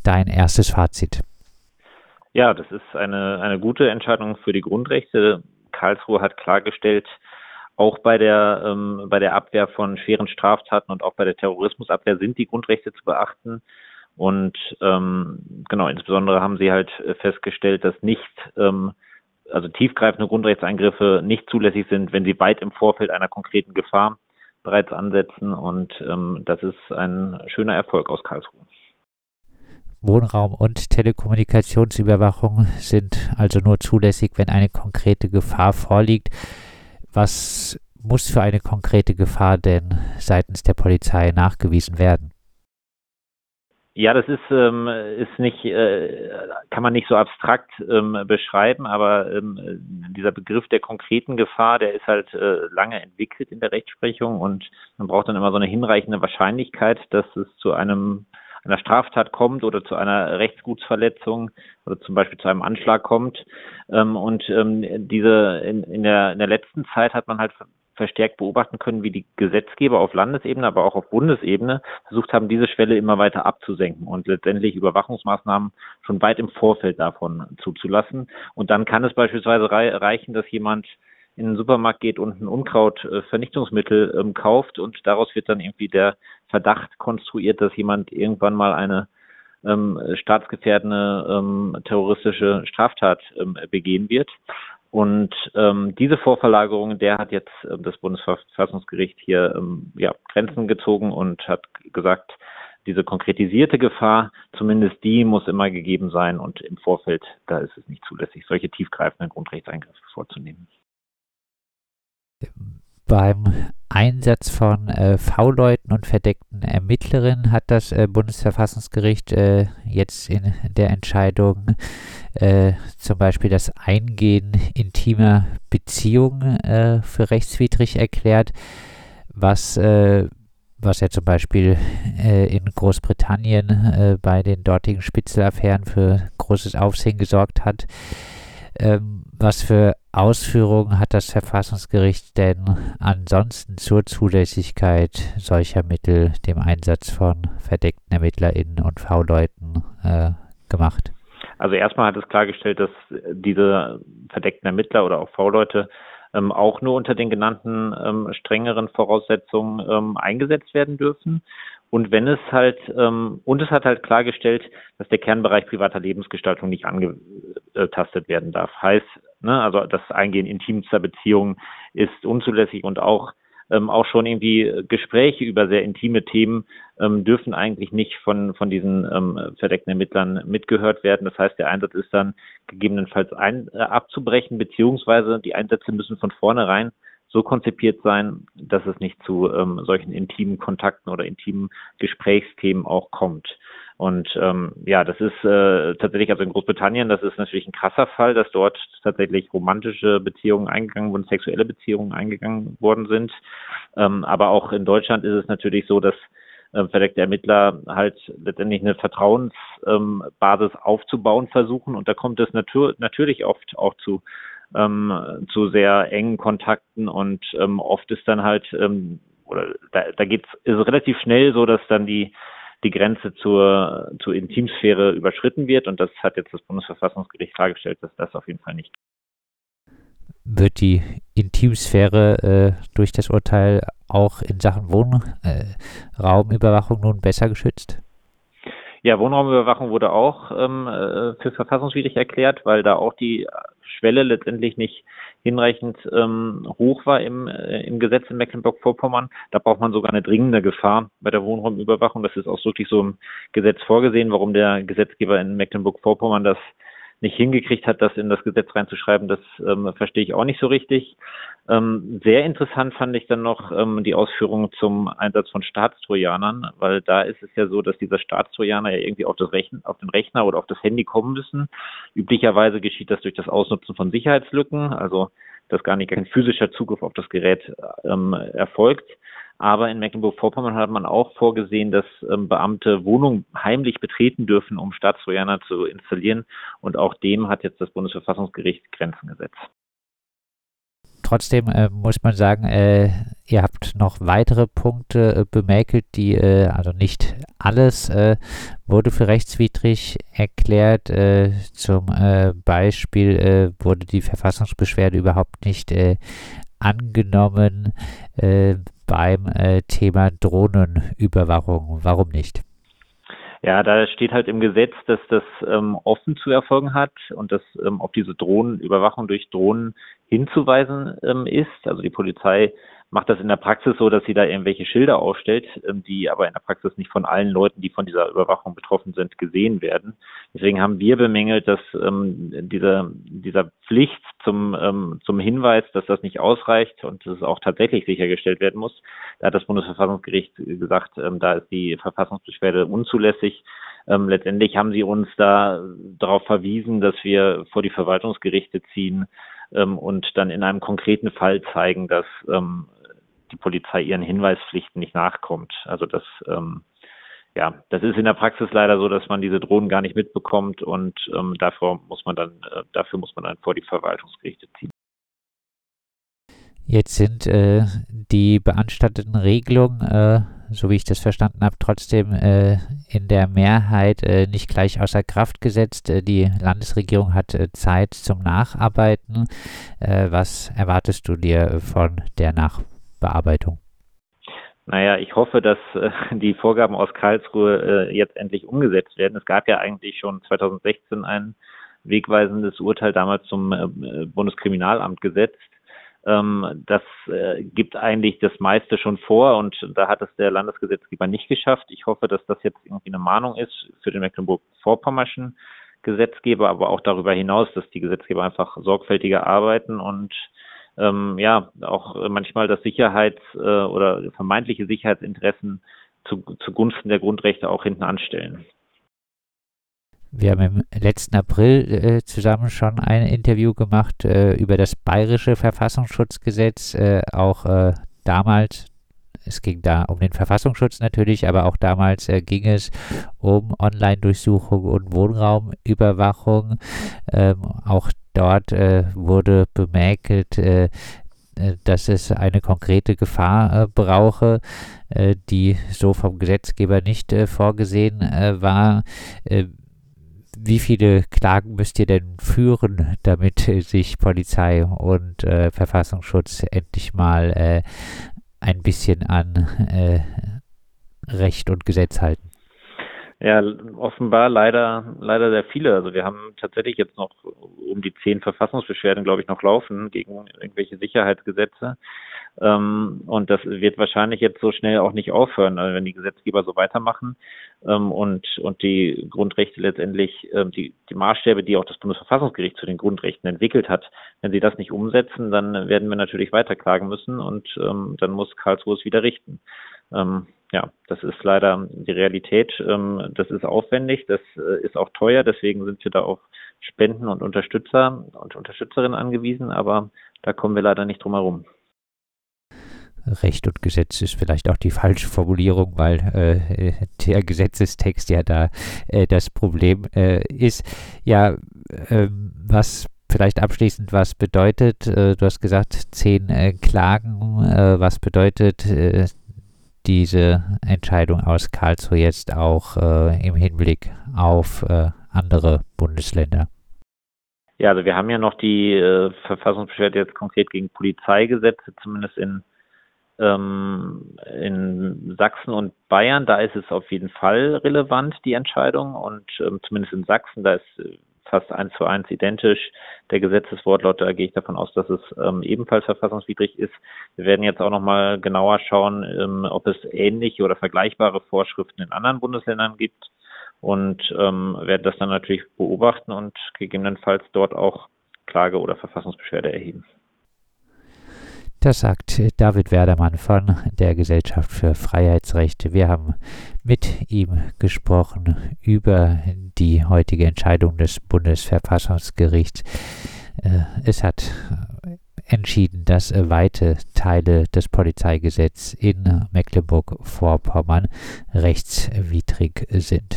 dein erstes Fazit? Ja, das ist eine gute Entscheidung für die Grundrechte. Karlsruhe hat klargestellt, auch bei der Abwehr von schweren Straftaten und auch bei der Terrorismusabwehr sind die Grundrechte zu beachten. Und genau, insbesondere haben sie halt festgestellt, dass also tiefgreifende Grundrechtseingriffe nicht zulässig sind, wenn sie weit im Vorfeld einer konkreten Gefahr bereits ansetzen. Und das ist ein schöner Erfolg aus Karlsruhe. Wohnraum und Telekommunikationsüberwachung sind also nur zulässig, wenn eine konkrete Gefahr vorliegt. Was muss für eine konkrete Gefahr denn seitens der Polizei nachgewiesen werden? Ja, das ist nicht, kann man nicht so abstrakt beschreiben, aber dieser Begriff der konkreten Gefahr, der ist halt lange entwickelt in der Rechtsprechung und man braucht dann immer so eine hinreichende Wahrscheinlichkeit, dass es zu einer Straftat kommt oder zu einer Rechtsgutsverletzung oder zum Beispiel zu einem Anschlag kommt. In der letzten Zeit hat man halt verstärkt beobachten können, wie die Gesetzgeber auf Landesebene, aber auch auf Bundesebene versucht haben, diese Schwelle immer weiter abzusenken und letztendlich Überwachungsmaßnahmen schon weit im Vorfeld davon zuzulassen. Und dann kann es beispielsweise reichen, dass jemand in den Supermarkt geht und ein Unkrautvernichtungsmittel kauft und daraus wird dann irgendwie der Verdacht konstruiert, dass jemand irgendwann mal eine staatsgefährdende terroristische Straftat begehen wird. Und diese Vorverlagerung, der hat jetzt das Bundesverfassungsgericht hier Grenzen gezogen und hat gesagt, diese konkretisierte Gefahr, zumindest die muss immer gegeben sein und im Vorfeld, da ist es nicht zulässig, solche tiefgreifenden Grundrechtseingriffe vorzunehmen. Beim Einsatz von V-Leuten und verdeckten Ermittlerinnen hat das Bundesverfassungsgericht jetzt in der Entscheidung zum Beispiel das Eingehen intimer Beziehungen für rechtswidrig erklärt, was ja zum Beispiel in Großbritannien bei den dortigen Spitzelaffären für großes Aufsehen gesorgt hat. Was für Ausführungen hat das Verfassungsgericht denn ansonsten zur Zulässigkeit solcher Mittel, dem Einsatz von verdeckten ErmittlerInnen und V-Leuten gemacht? Also erstmal hat es klargestellt, dass diese verdeckten Ermittler oder auch V-Leute auch nur unter den genannten strengeren Voraussetzungen eingesetzt werden dürfen. Und es hat halt klargestellt, dass der Kernbereich privater Lebensgestaltung nicht angetastet werden darf. Heißt, ne, also das Eingehen intimster Beziehungen ist unzulässig und auch schon irgendwie Gespräche über sehr intime Themen dürfen eigentlich nicht von diesen verdeckten Ermittlern mitgehört werden. Das heißt, der Einsatz ist dann gegebenenfalls abzubrechen, beziehungsweise die Einsätze müssen von vornherein so konzipiert sein, dass es nicht zu solchen intimen Kontakten oder intimen Gesprächsthemen auch kommt. Und das ist tatsächlich, also in Großbritannien, das ist natürlich ein krasser Fall, dass dort tatsächlich romantische Beziehungen eingegangen wurden, sexuelle Beziehungen eingegangen worden sind. Aber auch in Deutschland ist es natürlich so, dass verdeckte Ermittler halt letztendlich eine Vertrauensbasis aufzubauen versuchen. Und da kommt es natürlich oft auch zu sehr engen Kontakten und oft ist dann halt, ist es relativ schnell so, dass dann die Grenze zur Intimsphäre überschritten wird und das hat jetzt das Bundesverfassungsgericht klargestellt, dass das auf jeden Fall nicht. Wird die Intimsphäre durch das Urteil auch in Sachen Wohnraumüberwachung nun besser geschützt? Ja, Wohnraumüberwachung wurde auch für verfassungswidrig erklärt, weil da auch die Schwelle letztendlich nicht hinreichend hoch war im Gesetz in Mecklenburg-Vorpommern. Da braucht man sogar eine dringende Gefahr bei der Wohnraumüberwachung. Das ist ausdrücklich so im Gesetz vorgesehen. Warum der Gesetzgeber in Mecklenburg-Vorpommern das nicht hingekriegt hat, das in das Gesetz reinzuschreiben, das verstehe ich auch nicht so richtig. Sehr interessant fand ich dann noch die Ausführungen zum Einsatz von Staatstrojanern, weil da ist es ja so, dass dieser Staatstrojaner ja irgendwie auf den Rechner oder auf das Handy kommen müssen. Üblicherweise geschieht das durch das Ausnutzen von Sicherheitslücken, also dass gar nicht kein physischer Zugriff auf das Gerät erfolgt. Aber in Mecklenburg-Vorpommern hat man auch vorgesehen, dass Beamte Wohnungen heimlich betreten dürfen, um Staatstrojaner zu installieren. Und auch dem hat jetzt das Bundesverfassungsgericht Grenzen gesetzt. trotzdem muss man sagen, ihr habt noch weitere Punkte bemäkelt, die, also nicht alles wurde für rechtswidrig erklärt. Zum Beispiel wurde die Verfassungsbeschwerde überhaupt nicht angenommen beim Thema Drohnenüberwachung. Warum nicht? Ja, da steht halt im Gesetz, dass das offen zu erfolgen hat und dass auf diese Drohnenüberwachung durch Drohnen hinzuweisen ist. Also die Polizei macht das in der Praxis so, dass sie da irgendwelche Schilder aufstellt, die aber in der Praxis nicht von allen Leuten, die von dieser Überwachung betroffen sind, gesehen werden. Deswegen haben wir bemängelt, dass dieser Pflicht zum Hinweis, dass das nicht ausreicht und dass es auch tatsächlich sichergestellt werden muss. Da hat das Bundesverfassungsgericht gesagt, da ist die Verfassungsbeschwerde unzulässig. Letztendlich haben sie uns da darauf verwiesen, dass wir vor die Verwaltungsgerichte ziehen und dann in einem konkreten Fall zeigen, dass die Polizei ihren Hinweispflichten nicht nachkommt. Also das ist in der Praxis leider so, dass man diese Drohnen gar nicht mitbekommt und dafür muss man dann vor die Verwaltungsgerichte ziehen. Jetzt sind die beanstandeten Regelungen, so wie ich das verstanden habe, trotzdem in der Mehrheit nicht gleich außer Kraft gesetzt. Die Landesregierung hat Zeit zum Nacharbeiten. Was erwartest du dir von der Nachbearbeitung? Naja, ich hoffe, dass die Vorgaben aus Karlsruhe jetzt endlich umgesetzt werden. Es gab ja eigentlich schon 2016 ein wegweisendes Urteil damals zum Bundeskriminalamt gesetzt. Das gibt eigentlich das meiste schon vor und da hat es der Landesgesetzgeber nicht geschafft. Ich hoffe, dass das jetzt irgendwie eine Mahnung ist für den Mecklenburg-Vorpommerschen Gesetzgeber, aber auch darüber hinaus, dass die Gesetzgeber einfach sorgfältiger arbeiten und auch manchmal das oder vermeintliche Sicherheitsinteressen zugunsten der Grundrechte auch hinten anstellen. Wir haben im letzten April zusammen schon ein Interview gemacht über das bayerische Verfassungsschutzgesetz. Auch damals, es ging da um den Verfassungsschutz natürlich, aber auch damals ging es um Online-Durchsuchung und Wohnraumüberwachung. Auch dort wurde bemäkelt, dass es eine konkrete Gefahr brauche, die so vom Gesetzgeber nicht vorgesehen war. Wie viele Klagen müsst ihr denn führen, damit sich Polizei und Verfassungsschutz endlich mal ein bisschen an Recht und Gesetz halten? Ja, offenbar leider sehr viele. Also wir haben tatsächlich jetzt noch um die 10 Verfassungsbeschwerden, glaube ich, noch laufen gegen irgendwelche Sicherheitsgesetze. Und das wird wahrscheinlich jetzt so schnell auch nicht aufhören, also wenn die Gesetzgeber so weitermachen und die Grundrechte letztendlich, die Maßstäbe, die auch das Bundesverfassungsgericht zu den Grundrechten entwickelt hat, wenn sie das nicht umsetzen, dann werden wir natürlich weiter klagen müssen und dann muss Karlsruhe es wieder richten. Das ist leider die Realität. Das ist aufwendig, das ist auch teuer, deswegen sind wir da auf Spenden und Unterstützer und Unterstützerinnen angewiesen, aber da kommen wir leider nicht drum herum. Recht und Gesetz ist vielleicht auch die falsche Formulierung, weil der Gesetzestext ja da das Problem ist. Ja, was vielleicht abschließend, was bedeutet, du hast gesagt 10 Klagen, was bedeutet diese Entscheidung aus Karlsruhe jetzt auch im Hinblick auf andere Bundesländer? Ja, also wir haben ja noch die Verfassungsbeschwerde jetzt konkret gegen Polizeigesetze, zumindest in Sachsen und Bayern. Da ist es auf jeden Fall relevant, die Entscheidung. Und zumindest in Sachsen, da ist fast 1:1 identisch der Gesetzeswortlaut. Da gehe ich davon aus, dass es ebenfalls verfassungswidrig ist. Wir werden jetzt auch nochmal genauer schauen, ob es ähnliche oder vergleichbare Vorschriften in anderen Bundesländern gibt und werden das dann natürlich beobachten und gegebenenfalls dort auch Klage oder Verfassungsbeschwerde erheben. Das sagt David Werdermann von der Gesellschaft für Freiheitsrechte. Wir haben mit ihm gesprochen über die heutige Entscheidung des Bundesverfassungsgerichts. Es hat entschieden, dass weite Teile des Polizeigesetzes in Mecklenburg-Vorpommern rechtswidrig sind.